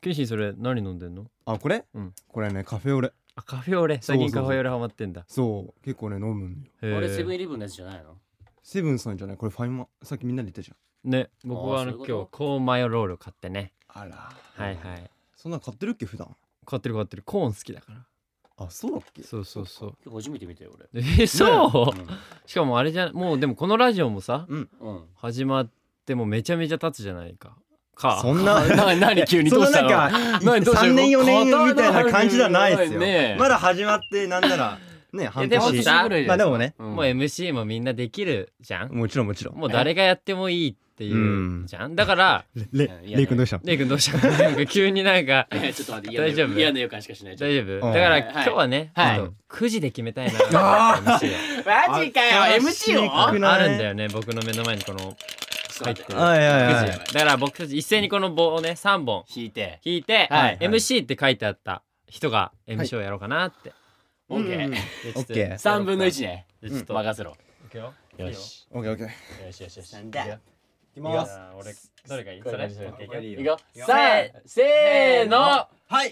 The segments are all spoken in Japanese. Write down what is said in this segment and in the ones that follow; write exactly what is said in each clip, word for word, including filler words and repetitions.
ケンシーそれ何飲んでんの？ あ、これ、うん、これねカフェオレ。 あ、カフェオレ。最近カフェオレハマってんだ。 そう結構ね飲むんよ。あれセブンイレブンのやつじゃないの？ セブンさんじゃない、これファイマ。さっきみんなで言ったじゃんね。僕はあの今日コーンマヨロール買ってね。 あら、 はいはい。 そんな買ってるっけ普段？買ってる買ってる。コーン好きだから。 あ、そうだっけ？ そうそうそう。 今日初めて見たよ俺。 えー、そう、ね、うん、しかもあれじゃもうでもこのラジオもさ、うん、始まってもめちゃめちゃ経つじゃないか。かそんな何急にどうしたの？ さんねんよねんみたいな感じじゃないですよ、ね、まだ始まってなんならね半年さ、 まあでもね、 うん、もう エムシー もみんなできるじゃん。 もちろんもちろん。 もう誰がやってもいいっていう、うん、じゃん。だからレイ君どうしたの？ レイ君どうしたの？なんか急になんかちょっと待って大丈夫？ 嫌な予感しかしない。 大丈夫？だから今日はね、はい、ちょっとくじで決めたいな。 マジかよ エムシー を？ あるんだよね僕の目の前にこの。入ってる。 はいはいはい。 だから僕たち一斉にこの棒をねさんぼん引いて引いて、はい、エムシー って書いてあった人が エムシー をやろうかなって。 オッケー。オッケー。三分の一ね。ちょっと任せろ。 いくよ。 よし。オッケーオッケー。 よしよしよし。 なんだ。 いきます。 俺どれがいい？それ。 いくよ。せせーの。 はい。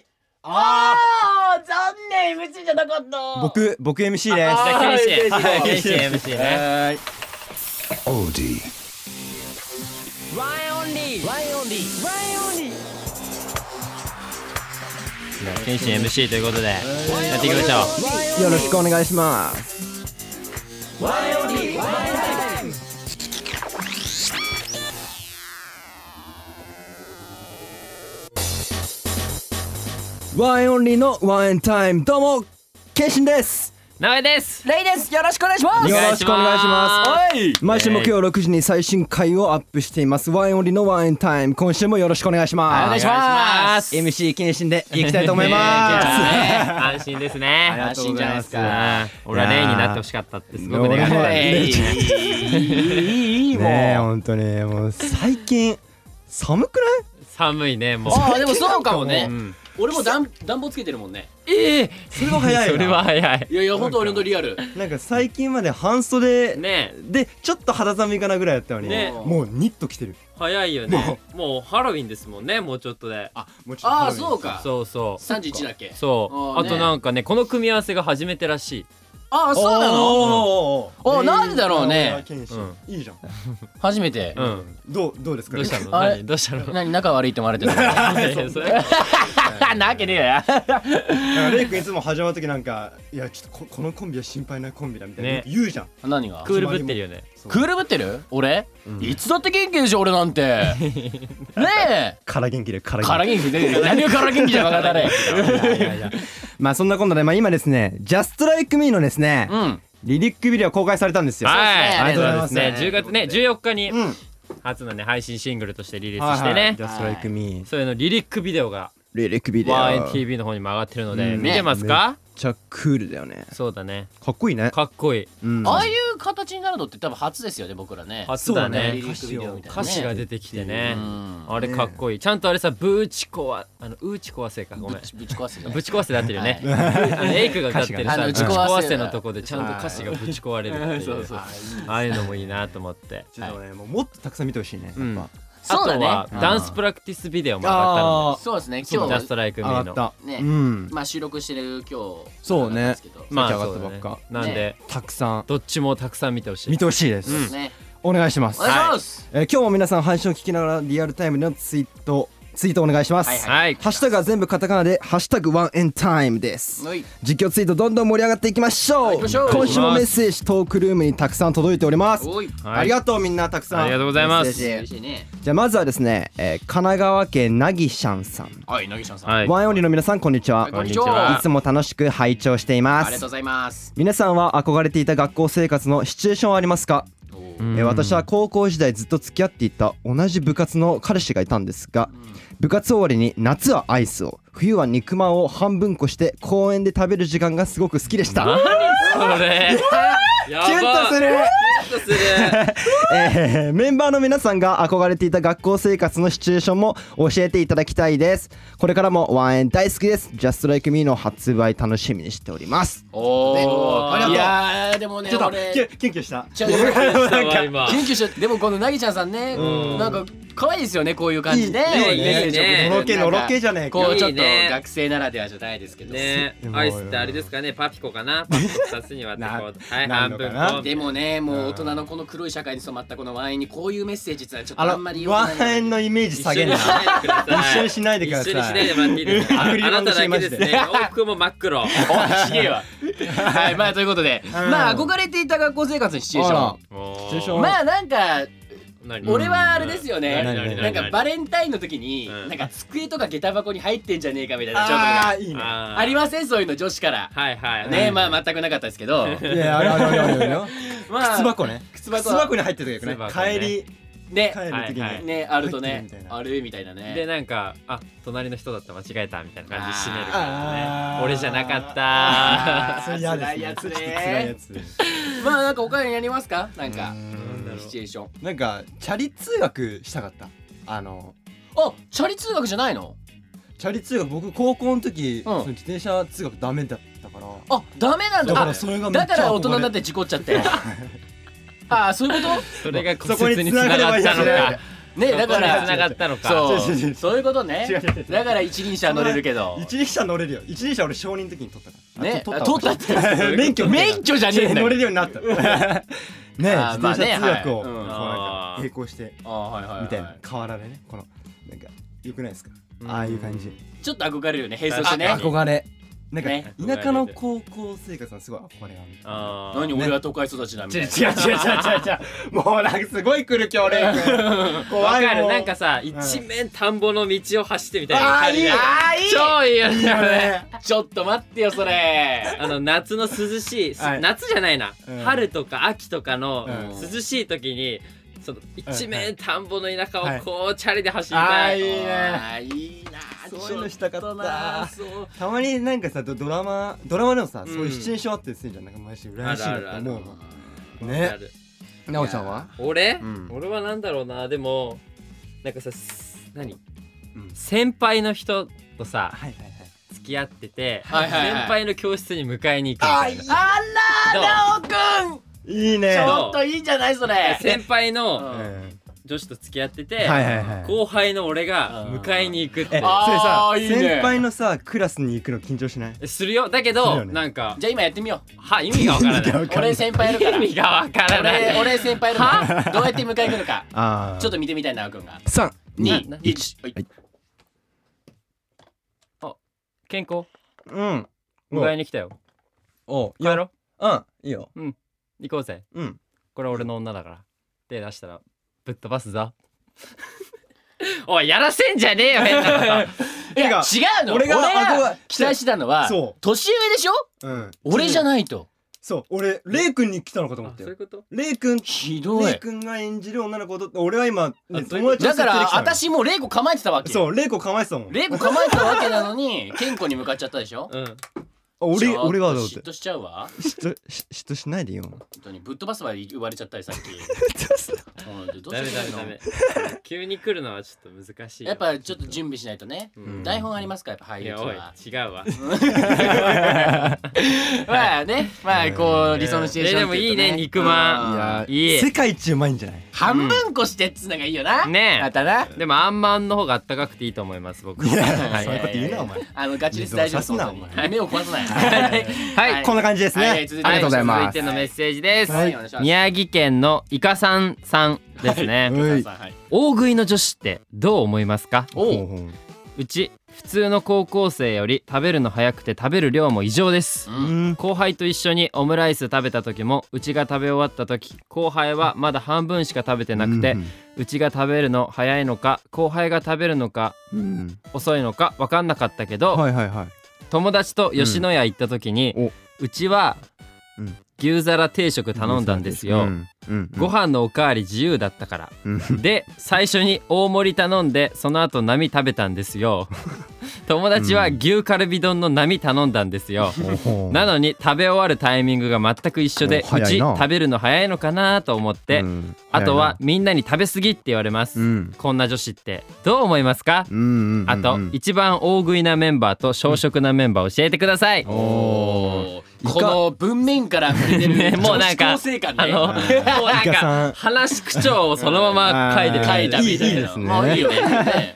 ああ残念 エムシー じゃなかった。 僕僕 エムシー です。 じゃあケンシーケンシー エムシー ね。はい。 オーディ。 ワンオンリーワンオンリーワンオンリー。 ケンシー エムシー ということでやっていきましょう。よろしくお願いします。 ワンオンリーワンタイム。 ワンオンリーのワンエンタイム。どうもケンシンです。 ナエです。 レイです。よろしくお願いします。 よろしくお願いします。はい。毎週木曜ろくじに最新回をアップしていますワンオンリーのワンエンタイム。今週もよろしくお願いします。 お願いします。 エムシー ケンシンでいきたいと思います。 安心ですね。 安心じゃないですか。 俺はレイになってほしかったってすごく願ってた。 いいいいもうねえ本当にもう最近寒くない？ 寒いねもう。 ああでもそうかもね。俺も暖暖房つけてるもんね。 ええそれは早いな。 それは早い。 いやいや本当俺のリアル。 なんか最近まで半袖ねでちょっと肌寒いかなぐらいだったのに、 ね、 もうニット着てる。 早いよね。もうハロウィンですもんね。もうちょっとで。 あもちろん。 ああそうか。 そうそう。 さんじゅういちだっけ。 そう。あとなんかねこの組み合わせが初めてらしい。 ああそうなの？おなんでだろうね。 いいじゃん。 初めて。 どうどうですか？ どうしたの？何どうしたの？ 何仲悪いって思われてるの？なわけねえや。 レイ君いつも始まる時なんかいやちょっとこのコンビは心配なコンビだみたいな言うじゃん。 何が？ クールぶってるよね。 クールぶってる？俺？いつだって元気でしょ俺なんて。ねえ。 から元気でから元気で何がから元気じゃなかったね。 まあそんな今度でまあ今ですね Just Like Me のですねリリックビデオ公開されたんですよ。 はいありがとうございますね。じゅうがつねじゅうよっかに初のね配信シングルとしてリリースしてね Just Like Me それのリリックビデオがリリックビデオワンエヌティーブイ の方にも上がってるので見てますか？ めっちゃクールだよね。 そうだね。 かっこいいね。 かっこいい。 ああいう形になるのって多分初ですよね僕らね。 初だね。歌詞が出てきてね。あれかっこいい。ちゃんとあれさブーチコワあのウーチコワセかごめん。 ぶち壊せ。 ぶち壊せだってるよね。エイクが歌ってるさぶち壊せのとこでちゃんと歌詞がぶち壊れるっていう。ああいうのもいいなと思って。 ちょっとねもっとたくさん見てほしいね。やっぱ。 あとはダンスプラクティスビデオも上がったので。そうですね今日ジャストライクミーのねまあ収録してる今日そうねまあ上がったばっかなんでたくさんどっちもたくさん見てほしい見てほしいですお願いします。 お願いします。 今日も皆さん配信を聞きながらリアルタイムのツイートツイートお願いします。 はい、 ハッシュタグは全部カタカナでハッシュタグワンエンタイムです。実況ツイートどんどん盛り上がっていきましょう。今週もメッセージトークルームにたくさん届いております。ありがとうみんなたくさんありがとうございます。 嬉しいね。 じゃあまずはですね、えー、神奈川県なぎしゃんさん。 はいなぎしゃんさん。 ワンオンリーの皆さんこんにちは。 こんにちは。 いつも楽しく拝聴しています。 ありがとうございます。 皆さんは憧れていた学校生活のシチュエーションはありますか？えー、私は高校時代ずっと付き合っていた同じ部活の彼氏がいたんですが、部活終わりに夏はアイスを冬は肉まんを半分こして公園で食べる時間がすごく好きでした。 何それキュンとするえー、メンバーの皆さんが憧れていた学校生活のシチュエーションも教えていただきたいです。これからもワンエン大好きです。 Just Like Me の発売楽しみにしております。 おーいやーでもねちょっと俺キュンキュンしたキュンキュンしたでもこのなぎちゃんさんねなんか可愛いですよねこういう感じでいいねいいねのろけのろけじゃねえか。 こうちょっといいね学生ならではじゃないですけどねでもアイスってあれですかねパピコかなパピコふたつに割ってこうはいな半分なんのかなこうでもねもう大人のこの黒い社会に染まったこのワインにこういうメッセージってのはちょっとああんまり良くのワないインのイメージ一緒に下げんな。 しないでください一緒にしないでください一緒にしないでもらっていいですかアクリルあなただけ板にしましてですね奥も真っ黒おちげえわはいまあということでまあ憧れていた学校生活のシチュエーションシチュエーションまあなんか何俺はあれですよね何何なんかバレンタインの時にうんなんか机とか下駄箱に入ってんじゃねえかみたいなちょっとがあーいいね。 あありませんそういうの女子からはいはいねまあ全くなかったですけどいやあるあるあるあるあるよ。 まあ靴箱ね。 靴箱靴箱に入ってる時よく靴箱ねね。帰りね帰る時はいはいに。 ねあるとね入ってるみたいなあるみたいなねでなんかあ隣の人だった間違えたみたいな感じで締めるからあーね俺じゃなかったあーそれ嫌です辛いやつねね。ちょっと辛いやつ。 まあなんか他にやりますかなんかうんだろうシチュエーションなんかチャリ通学したかった。あのあチャリ通学じゃないのチャリ通学僕高校の時うんその自転車通学ダメだったから。 あダメなんだだかあらそれがめっだからちゃ憧れ大人になって事故っちゃってああそういうことそれがそこに骨折につながったの繋がればいいかねだかそこに繋らがったのかそ違う違う違ううそういうことね違う違う違うだから一輪車乗れるけど一輪車乗れるよ。一輪車俺小二の時に取ったから。 ねああ取ったって免許免許じゃねえんだよ乗れるようになった。ねあー自転車通学をまあねはいうんこうなんか並行してああはいはいはいみたいな河原でねこのなんか良くないですか。 うんああいう感じ。 ちょっと憧れるよね並走してねあ憧れ。なんかね田舎の高校生活のすごい憧れがある。 あー何俺は都会育ちだみたいな違う違う違う違う違う。もうなんかすごい来る今日レイ君。 わかるもうなんかさ一面田んぼの道を走ってみたいなあーいいあーいい超いいよいいよねね。 ちょっと待ってよそれあの夏の涼しい、 はい夏じゃないな、 うん春とか秋とかのうん涼しい時にその一面田んぼの田舎をはいこうチャリで走りあたい、 ーいいねあーいいなそういうのしたかったちょなそうたまになんかさドドラマドラマでもさうんそういうシチュエーションあってするじゃん。なんかマジで羨ましいなって思うあるもん。ね。 わかるなおちゃんは？ 俺、 うん俺はなんだろうなでもなんかさす何うん先輩の人とさはいはいはい。 付き合ってて、 はいはいはい先輩の教室に迎えに行くみたいなあらなおくんいいね。 ちょっといいんじゃないそれ先輩うのうん女子と付き合ってて、 はいはいはい。 後輩の俺が迎えに行くってえ、それさあーいいね先輩のさクラスに行くの緊張しない？ するよだけするど、 よねなんかじゃあ今やってみよは意味がわからないわかんない俺先輩やるから意味がわからない俺俺先輩やるからどうやって迎え行くのかああ。 ちょっと見てみたいなおくんが三にないちはい健康うん。 迎えに来たよお帰ろうんいいよ。 う行こうぜうん。 これ俺の女だから手出したらぶっ飛ばすぞおいやらせんじゃねえよ変なこといや違てかうの俺が俺が憧れ期待してたのはそう年上でしょうん。 俺じゃい。 ないとそう俺レイ君に来たのかと思ってよ。 あそういうことレイ君ひどいレイ君が演じる女の子と俺は今ねあ友達の設定で来だからたのよ私もうレイコ構えてたわけそうレイ子構えてたもん。 レイコ構えてたわけなのにケンコに向かっちゃったでしょうんあ俺ちょっと俺がだって嫉妬しちゃうわ嫉妬し嫉妬しないでよ。 本当にぶっ飛ばすまで言われちゃったりさっきうんでどうダメしてくれダメるのダメ急に来るのはちょっと難しいよやっぱちょっと準備しないとねうん台本ありますかやっぱ俳いやおい優とは違うわまあねまあこう理想のシチュエーションえでもいいね肉まんいやいい世界一うまいんじゃない？ 半分こしてっつうのがいいよなねえまたなでもあんまんの方があったかくていいと思います僕いやはいそういうこと言うなお前。 あのガチレス大丈夫水を差すな本当にお前目を壊さないはいこんな感じですね。 はい続いてありがとうございます。 続いてのメッセージです、 はいお願いします宮城県のイカさんさんですね、 はいはい大食いの女子ってどう思いますか？ おうほうほううち普通の高校生より食べるの早くて食べる量も異常です、 うん後輩と一緒にオムライス食べた時もうちが食べ終わった時後輩はまだ半分しか食べてなくて、 うんうちが食べるの早いのか後輩が食べるのかうん遅いのか分かんなかったけど、 はいはいはい。 友達と吉野家行った時に、 うんおうちは、 うん牛皿定食頼んだんですよ、 うんうんうんご飯のおかわり自由だったから、 うんで最初に大盛り頼んでその後並食べたんですよ友達は牛カルビ丼の並頼んだんですよ、 ほうなのに食べ終わるタイミングが全く一緒でお早いなうち食べるの早いのかなと思って、 うんあとはみんなに食べ過ぎって言われます、 うんこんな女子ってどう思いますか？ うんうんうんあと一番大食いなメンバーと小食なメンバー教えてください、 おーこの文面から触れてるねもうなんか女子高生感ねあのもうなんイカさかん話し口調をそのまま書いてる書いたみたいな。 いいですねまあいいよね。ね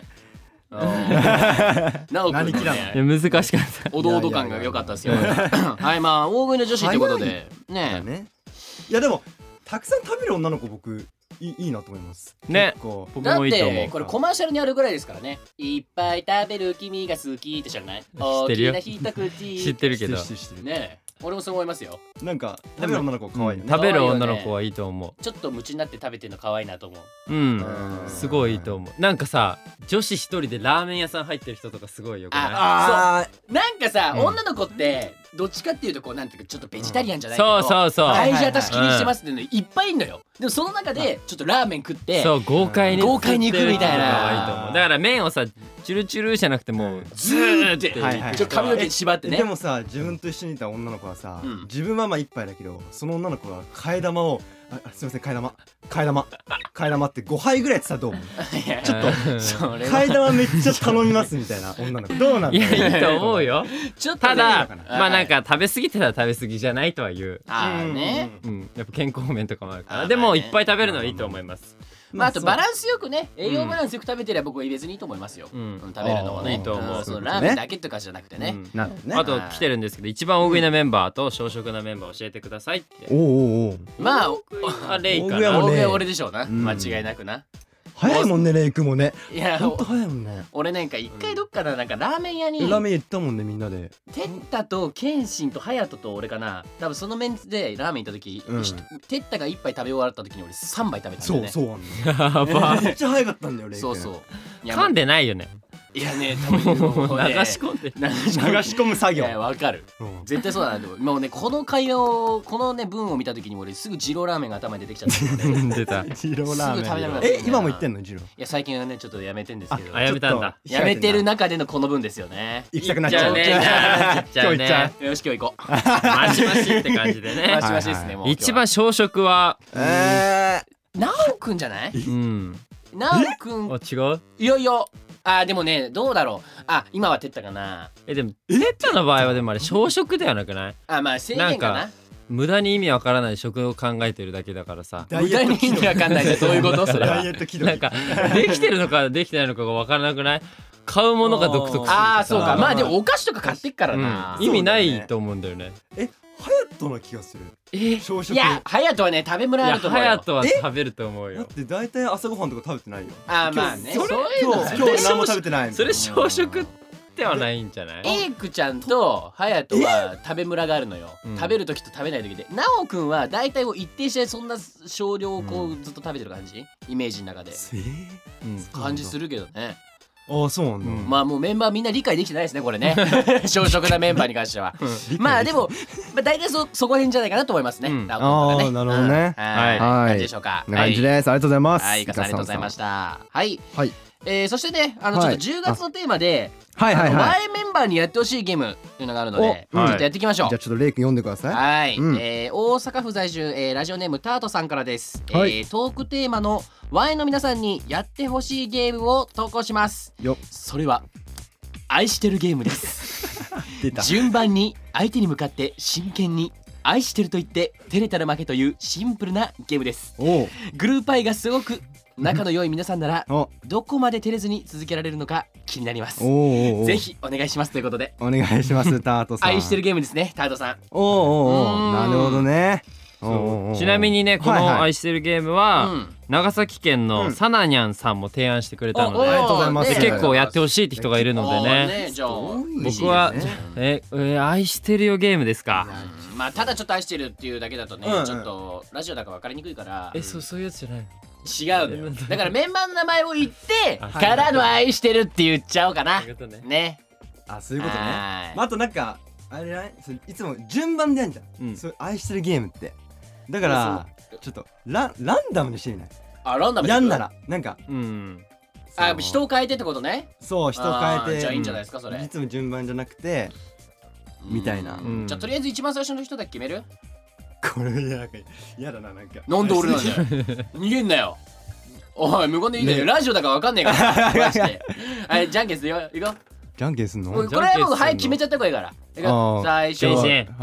なおくんの何嫌ねいや難しかったおどおど感が良かったですよ。はい、まあ大食いの女子ってことでね。 ねいやでもたくさん食べる女の子僕いいいいなと思いますね結構僕だっもいいと思うてこれコマーシャルにあるぐらいですからね。いっぱい食べる君が好きって知らない？ 知ってるよ大きな一口知ってるけど知ってる知ってるね。俺もそう思いますよ。 なんか食べる女の子可愛いよね食べる女の子はいいと思ちょっと夢中になって食べてるの可愛いなと思う。 ううんうんすごいいいと思うなんかさ女子一人でラーメン屋さん入ってる人とかすごいよくないあなんかさ、 うん女の子ってどっちかっていうとこうなんていうかちょっとベジタリアンじゃないけど、 そうそうそう体重私気にしてますっていうのいっぱいいんのよ。でもその中でちょっとラーメン食ってそう豪快に豪快に行くみたいな作ってる人とかはいいと思うだから麺をさチュルチュルじゃなくてもうずーってはいはいちょっと髪の毛縛ってね。 でもさ自分と一緒にいた女の子はさ、 うん自分はまあ一杯だけどその女の子は替え玉をああすいません替え玉替え玉替え玉ってごはいぐらいやってたらどう思ういやちょっとそれ替えは玉めっちゃ頼みますみたいな女の子どうなんいだろうやいいと思うよちょっとねただいいのかまあなんか食べ過ぎてたら食べ過ぎじゃないとは言うあーね。 うんやっぱ健康面とかもあるかあーらでもまあねいっぱい食べるのはいいと思いますまああとバンランスよくね栄養バランスよく食べてれば僕は別にいいと思いますよ。 うんうん食べるのはねいいと思ううんそのラーメンだけとかじゃなくてね。 うんなるほどねあと来てるんですけど一番大食いなメンバーと小食なメンバー教えてくださいっておうおうおうまあ大食いはレイか大食いはもうね大食いは俺でしょうな。 ん間違いなくな。 早いもんねレイクもねいやほんと早いもんね俺なんか一回どっかななんかラーメン屋にラーメン行ったもんねみんなでテッタとケンシンとハヤトと俺かな多分そのメンツでラーメン行った時、 うんひテッタが一杯食べ終わった時に俺三杯食べたんだよね。 そうそうあんのやばめっちゃ早かったんだよレイクそうそういや噛んでないよねいやね多分もうね流し込んで流し流し込む作業いやわかるうん絶対そうだなと思うもうねこの会話をこのね文を見た時に俺すぐ二郎ラーメンが頭に出てきちゃったんでい出たジローラーメンすぐ食べたくなったえ今も行ってんのジローや最近はねちょっとやめてんですけどあやめたんだやめてる中でのこの文ですよね。 行きたくなっちゃう行っちゃうねじゃあ行っちゃうね今日行っちゃよし今日行こうマシマシって感じでねマシマシですねもう一番小食はえなおくんじゃないうんなおくんあ違ういやいやあでもねどうだろうあ今はてったかなえでもテッタの場合はでもあれ小食ではなくないあまあ制限かななん無駄に意味わからない食を考えてるだけだからさダイ無駄に意味わかんないねどういうことそれはダイエット軌道なんかできてるのかできてないのかがわからなくない買うものが独特すぎてさああそうかまあでもお菓子とか買ってっからな、 うん意味ないと思うんだよねえハヤトな気がするえ小食いやハヤトはね食べムラいやあると思うよハヤトはえ食べると思うだっよて大体朝ごはんとか食べてないよあーまあねそういうの今日今日何も食べてないみたいなそれ小食ではないんじゃないエイクちゃんとハヤトは食べムラがあるのよ、 うん食べる時と食べない時でなおくんは大体を一定してそんな少量をこうずっと食べてる感じイメージの中でえーうん感じするけどねああそうなんだ、 うんまあもうメンバーみんな理解できてないですねこれね小食なメンバーに関してはまあでも、まあ、大体そそこら辺じゃないかなと思いますね、 うんナオ君とかねあーなるほどねうんはい、 はい感じでしょうかこんな感じです、ありがとうございますはい、イカさんありがとうございましたはい、 はいえー、そしてねあのちょっとはいじゅうがつのテーマで、 はいはいあのはい Y メンバーにやってほしいゲームっていうのがあるのでちおょっとやっていきましょう、 じゃあちょっとレイ君読んでくださいはい、 うんえー大阪府在住、えーラジオネームタートさんからです、 はいえートークテーマの Y の皆さんにやってほしいゲームを投稿しますよそれは愛してるゲームです出た順番に相手に向かって真剣に愛してると言って照れたら負けというシンプルなゲームですおうグループ愛がすごく仲の良い皆さんならおどこまで照れずに続けられるのか気になりますおうおうおうぜひお願いしますということでお願いしますタートさん愛してるゲームですねタートさんおうおうおうーうんなるほどねおうおうおうちなみにねこはいはいの愛してるゲームは、 うん長崎県うんのサナニャンさんも提案してくれたのおで、 ありがとうございますでね結構やってほしいって人がいるのであーねねじゃあ僕は嬉しいですねええー愛してるよゲームですかまあただちょっと愛してるっていうだけだとね、 うんうんちょっとラジオだから分かりにくいからえそうそういうやつじゃない違うのよだからメンバーの名前を言ってあからの愛してるって言っちゃおうかなそういうことねねあそういうことねはいまああとなんかあれじゃないそういつも順番でやんじゃん、 うんそう愛してるゲームってだからちょっとラランダムにしてみないあランダムでやんならなんかうんあそう人を変えてってことねそう人を変えてあーじゃあいいんじゃないですかそれいつも順番じゃなくてみたいなうんじゃあとりあえず一番最初の人だけ決めるこれなんか嫌だななんかなんで俺なんだよ逃げんなよおい無言でいいんだよ、 ねラジオだから分かんねえからマジではいじゃんけんするよいこじゃんけんすんのうこれはもうはい決めちゃった方がいいからいこうあー最初先生はい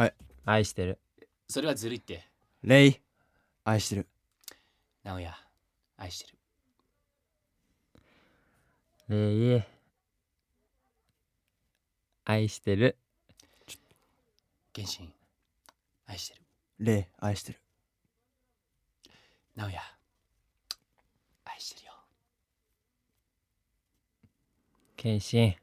愛してる。 それはずるいって。 レイ愛してる。 直哉愛してる。 レイ愛してる。 原神愛してる。 レイ愛してる。 直哉愛してるよ。 謙信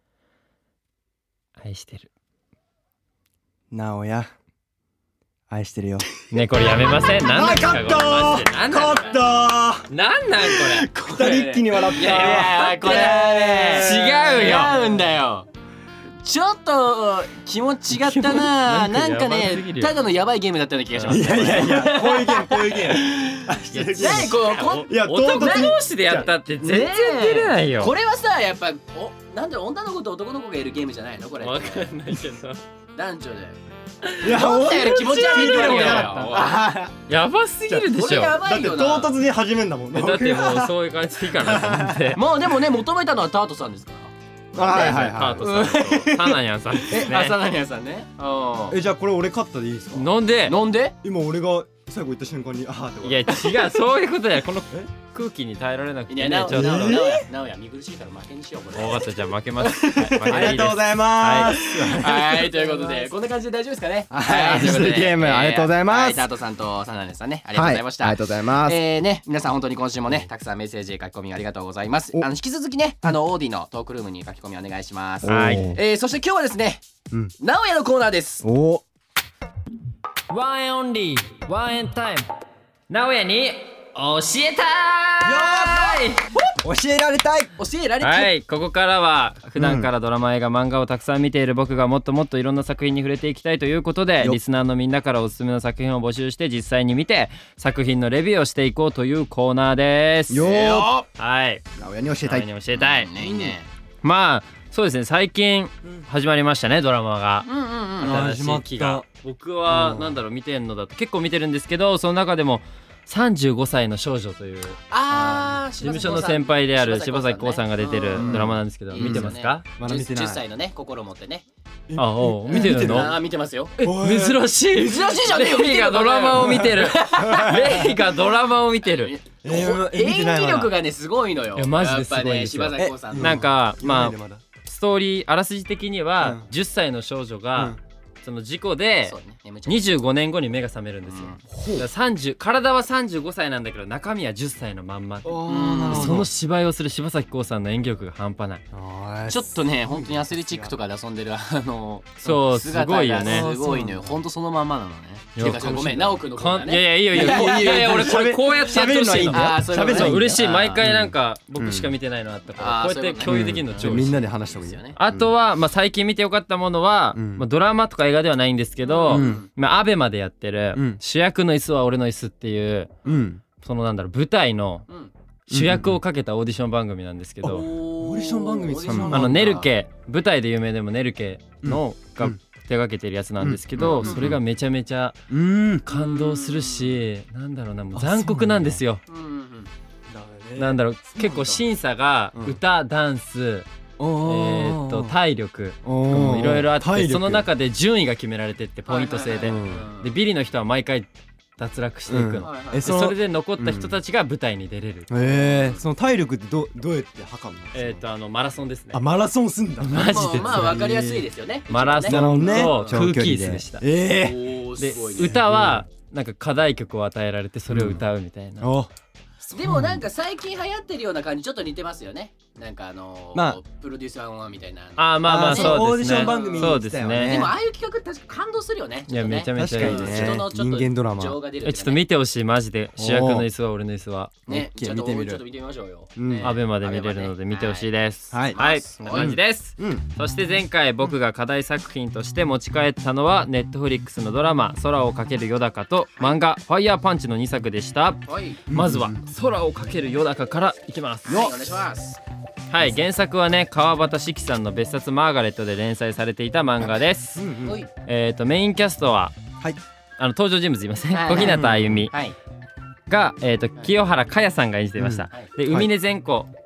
愛してる。 直哉愛してるよ。 ねこれやめません。なんだっけかこれマジで。なんなんこれ。なんなんこれ。 二人一気に笑った。 いやいやこれ違うよ。 違うんだよ。ちょっと気持ち違ったな。なんかねただのヤバいゲームだったような気がします。 いやいやいやこういうゲームこういうゲーム。 いや何こういや男同士でやったって全然出れないよ。 これはさやっぱおなんだろう女の子と男の子がいるゲームじゃないのこれ。 わかんないけど。 男女で。 いや思ったより気持ち悪いゲームよ。 や。 やばすぎるでしょ。 これやばいよな。 だって唐突に始めんだもん。 だってもうそういう感じでいいかなと思って。 もうでもね求めたのはタートさんですから。 はいはいタートさんとサナニャンさんですね。 あサナニャンさんね。 えじゃあこれ俺勝ったでいいですか。 なんでなんで今俺が最後言った瞬間にあーって。 いや違うそういうことだよ。この空気に耐えられなくてね。ちょっとなおやなおや見苦しいから負けにしようこれ。 分かったじゃあ負けます。 ありがとうございます。 はいということでこんな感じで大丈夫ですかね。 はいということでゲームありがとうございます。 タートさんとサナネさんねありがとうございました。 ありがとうございます。 えーね皆さん本当に今週もねたくさんメッセージ書き込みありがとうございます。あの引き続きねあのオーディのトークルームに書き込みお願いします。 はい。 えーそして今日はですねなおやのコーナーです。 おワンエンオンリーワンエンタイム。直哉に教えたーい。 教えられたい。 教えられたい。 はいここからは普段からドラマ映画漫画をたくさん見ている僕がもっともっといろんな作品に触れていきたいということでリスナーのみんなからおすすめの作品を募集して実際に見て作品のレビューをしていこうというコーナーです。 よーはい直哉に教えたい。 直哉に教えたい。 ねいいね。 まあそうですね最近始まりましたねドラマが。 うんうんうん。 新しい期が僕はなんだろう見てんのだと結構見てるんですけどその中でもさんじゅうごさいの少女というあ事務所の先輩である柴咲コウさんが出てるドラマなんですけど見てますか？ まだ見てない。 じゅっさいのね心持ってね。 あお見てるの？ あ見てますよ。 珍しい珍しいじゃねえよ。 レイがドラマを見てるレイがドラマを見てる。 演技力がねすごいのよ。 いやマジですごいんですよ。 柴咲コウさんのなんかまあストーリーあらすじ的にはじゅっさいの少女がその事故でにじゅうごねんごに目が覚めるんですよ。だからさんじゅう体はさんじゅうごさいなんだけど中身はじゅっさいのまんま。その芝居をする柴咲コウさんの演技力が半端ない。 ちょっとね本当にアスレチックとかで遊んでるあのそうすごいよね。 すごいのよ。本当そのまんまなのね。てかごめん直くんのことだね。 いやいやいいよいいよ。いやいや俺これこうやってやってほしいの。 あそういうそう嬉しい毎回なんか僕しか見てないのあったからこうやって共有できるの超嬉しい。 みんなで話した方がいいよね。 あとはまあ最近見てよかったものはまあドラマとか映画ではないんですけどまあアベマでやってる主役の椅子は俺の椅子っていうそのなんだろう舞台の主役をかけたオーディション番組なんですけどオーディション番組あのネルケ舞台で有名でもネルケのが手がけてるやつなんですけどそれがめちゃめちゃ感動するしなんだろうなもう残酷なんですよ。なんだろう結構審査が歌ダンスえー、と体力いろいろあってその中で順位が決められてってポイント制ででビリの人は毎回脱落していくの、うん、それで残った人たちが舞台に出れる。 えー、その体力ってどどうやって測るの？ えっとあのマラソンですね。 あマラソンすんだ。 マジでまあわかりやすいですよね。 マラソンと空気椅子でした。 えー、 で歌はなんか課題曲を与えられてそれを歌うみたいな。 でもなんか最近流行ってるような感じちょっと似てますよね。なんかあのーまあ、プロデューサーはみたいな。 あーまあまあそうですね。 オーディション番組そうですね。 でもああいう企画確か感動するよね。 いやめちゃめちゃいいね。 人のちょっと人間ドラマ。 情が出る、 ね。ちょっと見てほしいマジで主役の椅子は俺の椅子は。 ねちょっと見てみる。ちょっと見てみましょうよ。 アベマで見れるので見てほしいです。 はいはいこんな感じです。そして前回僕が課題作品として持ち帰ったのはネットフリックスのドラマ空をかけるよだかと漫画ファイヤーパンチのにさくでした。まずは空をかけるよだかからいきます。 はいお願いします。 はい原作はね川端志樹さんの別冊マーガレットで連載されていた漫画です。えっとメインキャストはあの登場人物いません小日向あゆみがえっと清原果耶さんが演じていました。で海根善子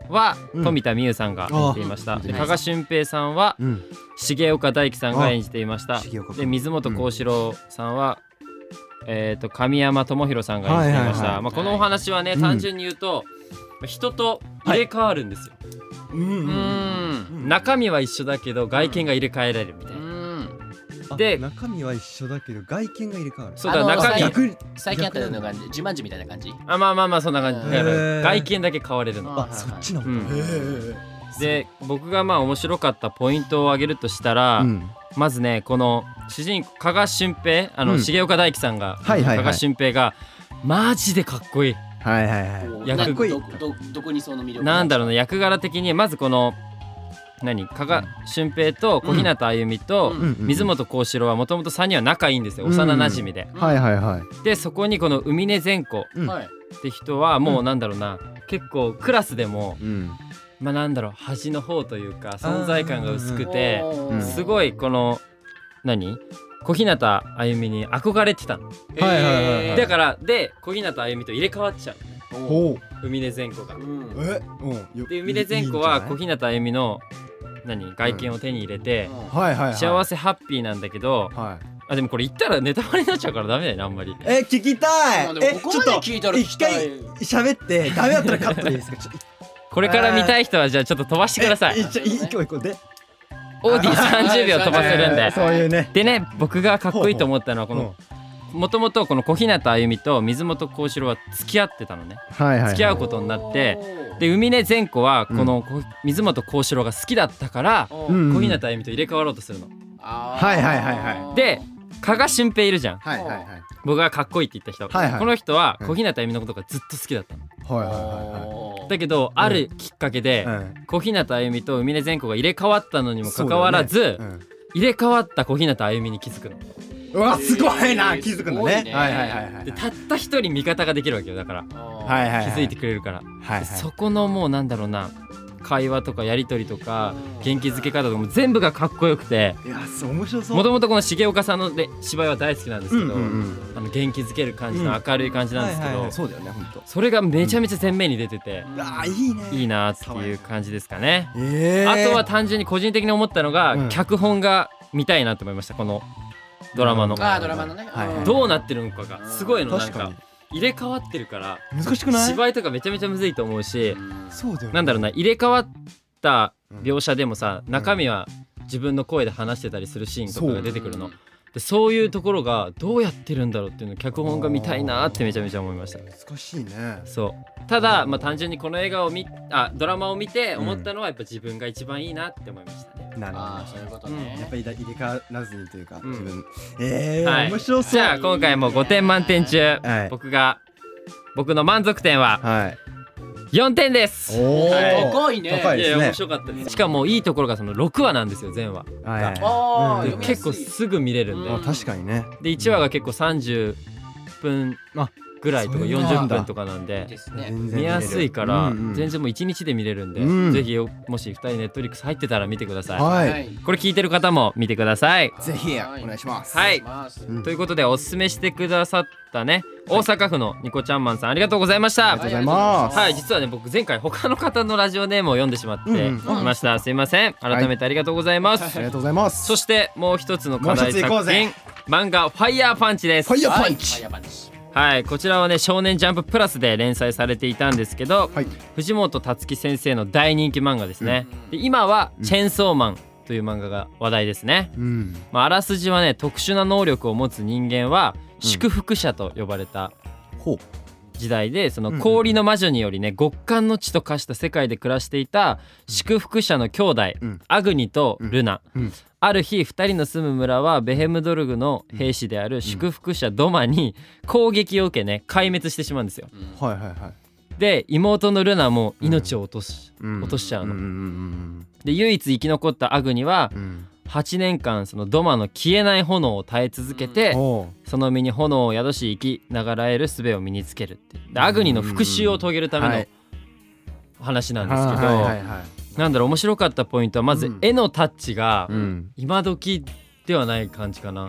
はうん富田美優さんが演じていました、で加賀俊平さんはうん重岡大毅さんが演じていました。 重岡君で水本幸四郎さんは、えー、と神山智博さんが演じていました、 はいはいはいまあ、このお話はね、 うん単純に言うと人と入れ替わるんですよ、 うんうんうん中身は一緒だけど外見が入れ替えられるみたいな、 あで中身は一緒だけど外見が入れ替わる。 そうだ中身あの逆に最近あったような感じ自慢児みたいな感じあまあまあまあそんな感じうんだからへー外見だけ変われるの、 あそっちなんだ。 うんへーで僕がまあ面白かったポイントを挙げるとしたら、 うんまずねこの主人公加賀俊平あの、 うん重岡大毅さんが、 はいはいはい加賀俊平がマジでかっこいい。 はいはいはい。 役役かっこいいどどどこにその魅力なんだろうな役柄的にまずこの何加賀俊平と小日向歩美とうんうんうん水本幸四郎はもともとさんにんは仲いいんですよ、幼馴染で。 はいはいはい。 でそこにこの海根善子うんはいって人はもうなんだろうな、結構クラスでもうんまあなんだろう端の方というか存在感が薄くてうんすごいこの何小日向歩美に憧れてたの。 はいはいはいはいだからで小日向歩美と入れ替わっちゃうのねほう。 海根善子が。 うんえうんよで海根善子は小いいん日向歩美の何外見を手に入れて、 じゃないはいはいはい。 幸せハッピーなんだけど、 はい。 あでもこれ言ったらネタバレになっちゃうからダメだよねあんまり。 え聞きたい。 まあでもえここまで聞いたら聞きたい一回喋ってダメだったらカットでいいですか。ちょこれから見たい人はじゃあちょっと飛ばしてください。 えじゃあいい行こう行こうで。 オーディさんじゅうびょう飛ばせるんで。 そういうね。 でね僕がかっこいいと思ったのはこのもともとこの小日向歩美と水本幸四郎は付き合ってたのね。 はいはい。 付き合うことになってで海根善子はこのこ水本幸四郎が好きだったから小うん日向歩美と入れ替わろうとするの。 はいはいはいはいで加賀俊平いるじゃん。 はいはいはい。 僕がかっこいいって言った人、 はいはいこの人はうん小日向歩美のことがずっと好きだったの。 はいはいはだけどあるきっかけでいはい。 小日向歩美と海根善子が入れ替わったのにもかかわらず、 うん入れ替わった小日向歩美に気づくの。 うわすごいなえー気づくんだすごいねね。はいはいはいはいでたった一人味方ができるわけよだからはいはい。 気づいてくれるから、 はいはい。 でそこのもうなんだろうな会話とかやり取りとか元気づけ方とかも全部がかっこよくていやそう面白そう。 もともとこの重岡さんのね芝居は大好きなんですけど、 うんうんうんあの元気づける感じの明るい感じなんですけど、 はいはいはいそうだよね本当。 それがめちゃめちゃ前面に出てて、 あーいいね。 いいなっていう感じですかね。 えーあとは単純に個人的に思ったのが、 うん脚本が見たいなと思いましたこのドラマの。 あードラマのねはいはいどうなってるのかがすごいのなんか確かに入れ替わってるから難しくない？ 芝居とかめちゃめちゃむずいと思うし、 そうだよね。 なんだろうな入れ替わった描写でもさ中身は自分の声で話してたりするシーンとかが出てくるの。でそういうところがどうやってるんだろうっていうのを脚本が見たいなってめちゃめちゃ思いました。 難しいね。 そうただ、まあ、単純にこの映画を見あドラマを見て思ったのはやっぱ自分が一番いいなって思いましたね。 なるほああそういうことねど。やっぱり入れ替わらずにというかうん自分。ええはい面白そう。 じゃあ今回もごてん満点中、 はい僕が僕の満足点ははい。 よんてんです。 おはい高いねいやいや高いですね面白かったです。しかもいいところがそのろくわなんですよ全話。 はいはい。うんああで結構すぐ見れるんで、 うんあ確かにね。 でいちわが結構さんじゅっぷんあぐらいとかそういうのよんじゅっぷんとかなんでですね全然見やすいからうんうん全然もういちにちで見れるんで、 うんぜひもしふたりネットリックス入ってたら見てください。 はい。 これ聞いてる方も見てください。 ぜひはいお願いします。 はいますうんということでおすすめしてくださったね大阪府のニコちゃんマンさんありがとうございました。 ありがとうございます。 はい実はね僕前回他の方のラジオネームを読んでしまっていうんうんました、すいません改めてありがとうございます、 ありがとうございます。 そしてもう一つの課題もう一つ行こう作ぜ品漫画ファイヤーパンチです。 ファイヤーパンはいチファイヤーパンチはいこちらはね少年ジャンププラスで連載されていたんですけど、 はい藤本つ樹先生の大人気漫画ですね、で今はチェーンソーマンという漫画が話題ですね、 うん。 まあ、あらすじはね特殊な能力を持つ人間は祝福者と呼ばれたほう。 時代でそのうんうん氷の魔女によりね極寒の地と化した世界で暮らしていた祝福者の兄弟、 うんアグニとルナ、 うんある日ふたりの住む村はベヘムドルグの兵士である祝福者ドマに攻撃を受けね壊滅してしまうんですよ。 はいはいはい。 で妹のルナも命を落とし、 うん落としちゃうの、 うんうんで唯一生き残ったアグニはうんうん。 はちねんかんそのドマの消えない炎を耐え続けて、 おその身に炎を宿し生きながらえる術を身につけるっていうでアグニの復讐を遂げるためのはい話なんですけど、 はいはいはいはい。 なんだろう面白かったポイントはまずうん絵のタッチがうん。 今時ではない感じかな。 あ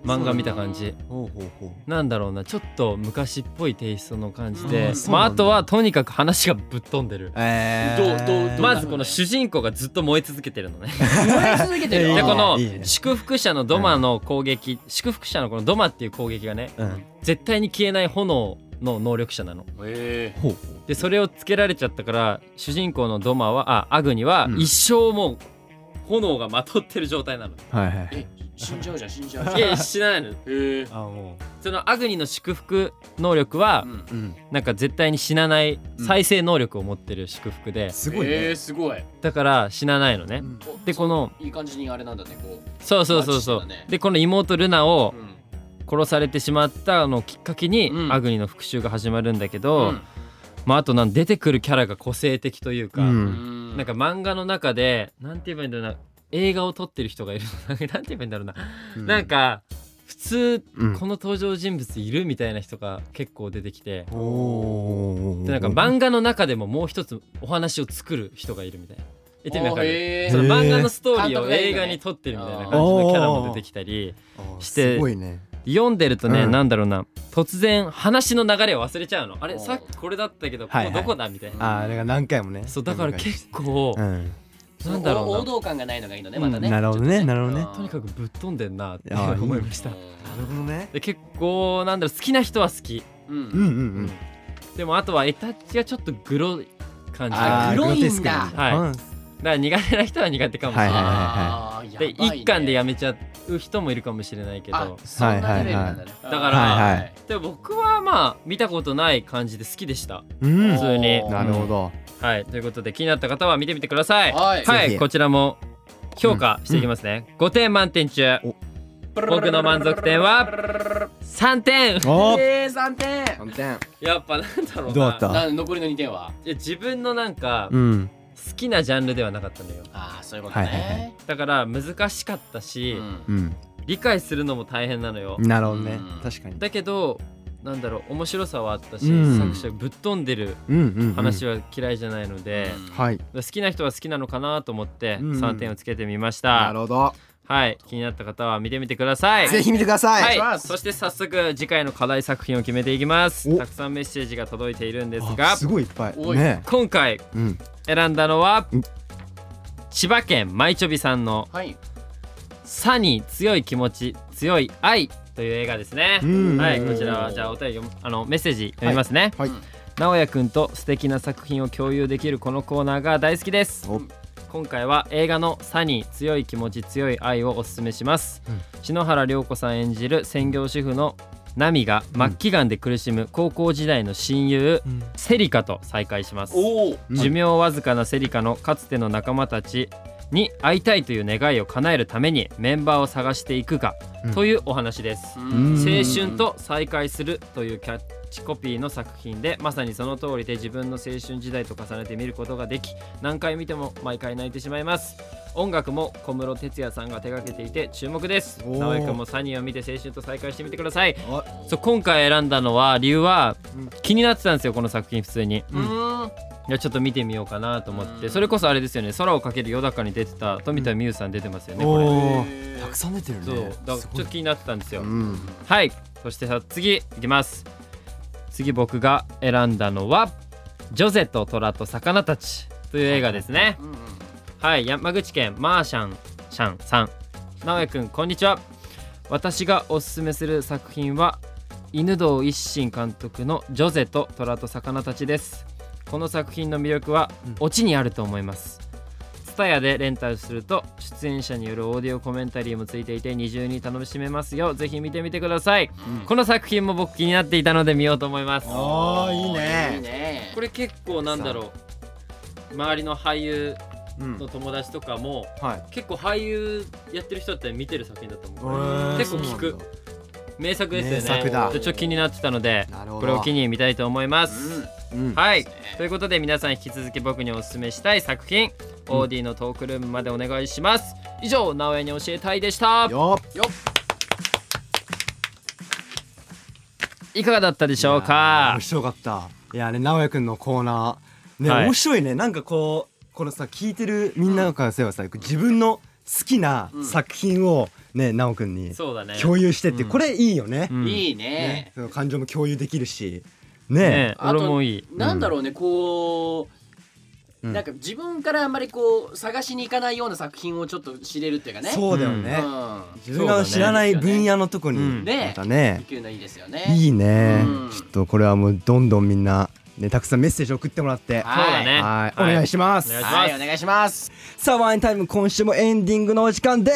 漫画見た感じ。 ほうほうほう。 なんだろうな、ちょっと昔っぽいテイストの感じでうん、そうまあ、 なんだあとはとにかく話がぶっ飛んでる。 えどうどうどうまずこの主人公がずっと燃え続けてるのね。 燃え続けてるいいねでこのいいね祝福者のドマの攻撃、祝福者のこのドマっていう攻撃がね、 うん。 絶対に消えない炎の能力者なの。 へほう。 でそれをつけられちゃったから、主人公のドマはあアグニはうん一生もう炎がまとってる状態なの。 はいはい。 え死んじゃうじゃん死んじゃうじゃんいや死なないの。 へえあもそのアグニの祝福能力は、 うんう。うん。 なんか絶対に死なない再生能力を持ってる祝福で、 すごいね。 えーすごいだから死なないのね。 うんおでこのいい感じにあれなんだねこうそうそうそうそう、 マッチしてたねでこの妹ルナをうん殺されてしまったのをきっかけに、 うんアグニの復讐が始まるんだけど、 うんまああとなん出てくるキャラが個性的というか、 うんうんなんか漫画の中でなんて言えばいいんだろうな、映画を撮ってる人がいるのなんて言えばいいんだろうな、 うんなんか普通、 うんこの登場人物いるみたいな人が結構出てきて、 おーでなんか漫画の中でももう一つお話を作る人がいるみたいな。言ってみわかる？ へーその漫画のストーリーを監督がいるのね映画に撮ってるみたいな感じのキャラも出てきたりあーしてすごいね。 読んでるとね、 うんなんだろうな、突然話の流れを忘れちゃうの。あれおーさっきこれだったけどこはいはいこどこだみたいな。 あーだから何回もね。 そうだから結構うん。 なんだろうな、 王道感がないのがいいのねまたねなるほどねなるほどね。 とにかくぶっ飛んでんなっていやーいいね思いました。 なるほどね。 で結構なんだろう、好きな人は好き。 うんうんうんうん。 でもあとはエタッチがちょっとグロい感じがあーグロいんだグロテスクなねはいうんだから苦手な人は苦手かもしれない。 はいはいあーでやばいね一巻でやめちゃう人もいるかもしれないけあど、 そんなレベルなんだねだから、 はいはいでも僕はまあ見たことない感じで好きでした。 うん普通におーなるほど。 はい、ということで気になった方は見てみてください。 はいぜひこちらも評価していきますね。ごてん満点中お僕の満足点はさんてん。 おえーさんてんさんてん。 やっぱなんだろうな、 どうだったな残りのにてんはいや自分のなんかうん。 好きなジャンルではなかったのよ。 ああそういうことはいはいはねだから難しかったし、 うんうん。 理解するのも大変なのよ。 なるほどねうん。 確かに。 だけどなんだろう、面白さはあったし、 うん作者がぶっ飛んでるうんうんうん。 話は嫌いじゃないので、 はい。 好きな人は好きなのかなと思ってうんうんさんてんをつけてみましなた。 るほど。 はい、気になった方は見てみてください。 ぜひ見てください。 はい、 お願いしますそして早速次回の課題作品を決めていきます。 おたくさんメッセージが届いているんですあが、 すごいいっぱい。 おいね。 今回うん。 選んだのはうん千葉県マイチョビさんのはいサに強い気持ち強い愛という映画ですね。 うんはい、こちらはじゃあお便り読むあのメッセージ読みますね。 はい。 直哉くんと素敵な作品を共有できるこのコーナーが大好きです。 お今回は映画のサに強い気持ち強い愛をおすすめします、 うん篠原涼子さん演じる専業主婦のナミが末期がんで苦しむ高校時代の親友、 うんセリカと再会します。 おおうん寿命わずかなセリカのかつての仲間たちに会いたいという願いを叶えるためにメンバーを探していくが、 うんというお話です。 ん青春と再会するというキャッチコピーの作品で、まさにその通りで自分の青春時代と重ねて見ることができ、何回見ても毎回泣いてしまいます。音楽も小室哲哉さんが手掛けていて注目です。 おー直江くんもサニーを見て青春と再会してみてください。 あそう今回選んだのは理由はうん気になってたんですよ、この作品普通に。 うーんいやちょっと見てみようかなと思って、 うんそれこそあれですよね、空をかけるよだかに出てた富田美優さん出てますよね、これ。 おへーーたくさん出てるそうね。 だからちょっと気になってたんですよ。 うん。 はい、そしてさ次いきます。次僕が選んだのはジョゼと虎と魚たちという映画ですね。 うんうんはい、山口県マーシャンシャンさん、直江くんこんにちは。私がおすすめする作品は犬堂一心監督のジョゼと虎と魚たちです。この作品の魅力はうんオチにあると思います。TSUTAYAでレンタルすると出演者によるオーディオコメンタリーもついていて二重に楽しめますよ。ぜひ見てみてください。 うんこの作品も僕気になっていたので見ようと思います。 あーいいねいいねこれ結構なんだろう、周りの俳優うんの友達とかもはい。 結構俳優やってる人だったら見てる作品だと思う。 へー結構聞くそうなんだ名作ですよね。 名作だでちょっと気になってたのでなるほどこれを機に見たいと思います。 うんはい、ということで皆さん引き続き僕におすすめしたい作品、オーディのトークルームまでお願いします。以上、直江に教えたいでした。 よっよっいかがだったでしょういやーか面。白かった。いやね直哉くんのコーナーね、 はい面白いね。なんかこうこのさ聞いてるみんなからすればさ、自分の好きな作品をねなおくんにそうだね共有してってうんこれいいよね。 うんいいね。 その感情も共有できるしねねあと俺もいいなんだろうね、こう、 うんなんか自分からあんまりこう探しに行かないような作品をちょっと知れるっていうかね。 そうだよね。 うん自分が知らない分野のとこにうんねまたねできるのいいですよね。 いいね、 うんちょっとこれはもうどんどんみんなねたくさんメッセージ送ってもらってはいそうだねはい、 はいお願いします。 お願いしますはい、お願いします。 さあワインタイム今週もエンディングのお時間です、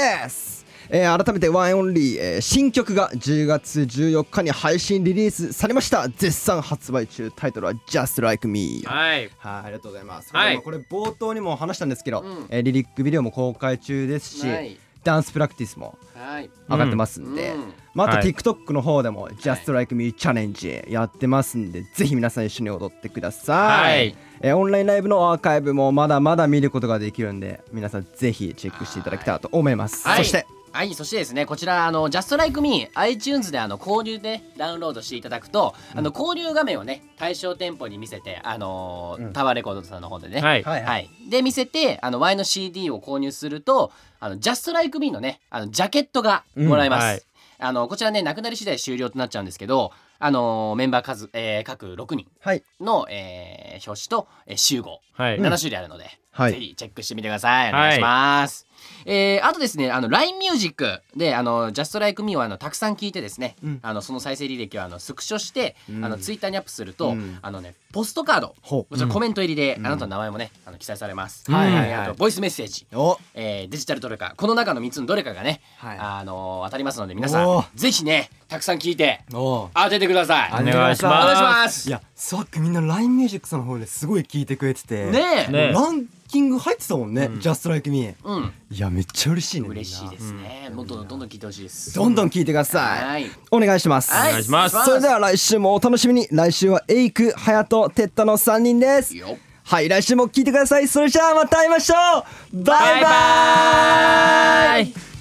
えー、改めてワインオンリー、えー、新曲がじゅうがつじゅうよっかに配信リリースされました。絶賛発売中。タイトルは Just Like Me。 はいはい、ありがとうございます。 はいこれ冒頭にも話したんですけど、 うんえーリリックビデオも公開中ですし、 はいダンスプラクティスもはい。 上がってますんで、 うんまあ、あとはい TikTok の方でも Just Like Me チャレンジやってますんで、ぜひ皆さん一緒に踊ってください、 はいえーオンラインライブのアーカイブもまだまだ見ることができるんで、皆さんぜひチェックしていただきたいと思います。 はいそしてはい、そしてですね、こちらあの Just Like Me iTunes であの購入で、ね、ダウンロードしていただくと、あの購入画面をね対象店舗に見せて、あのーうんタワーレコードさんの方でね、 はいはいはいはい、で見せてあの Y の シーディー を購入すると、あの Just Like Me のねあのジャケットがもらえます。 うんはいあのこちらねなくなり次第終了となっちゃうんですけど、あのーメンバー数、えー各ろくにんはいの、えー表紙と、えー集合、 はいなな種類あるので、 はいぜひチェックしてみてください。お願いします。えーあとですね、あの ライン ミュージックであの Just Like Me をあのたくさん聞いてですね、 うんあのその再生履歴をあのスクショして、 うんあのツイッターにアップすると、 うんあのねポストカード、 ほうこちらコメント入りで、 うんあなたの名前もねあの記載されます。 はいはいはいあとボイスメッセージ、 おえーデジタルどれかこの中のみっつのどれかがね、 はいあの当たりますので皆さおんぜひねたくさん聞いてお当ててください。 お願いしますお願いします。 いやさっきみんな ライン ミュージックさんの方ですごい聞いてくれててねえ、 ねランキング入ってたもんね、 うん Just Like Me。 うん、 いやめっちゃ嬉しいね。 嬉しいみんなですね。もっとどんどん聞いてほしいです。 どんどん聞いてください。 はい。 お願いします。 はいお願いしますそれでは来週もお楽しみに。来週はエイク、ハヤト、テッタのさんにんです。 よはい、来週も聞いてください。それじゃあまた会いましょう。バイバイ。 バイバイ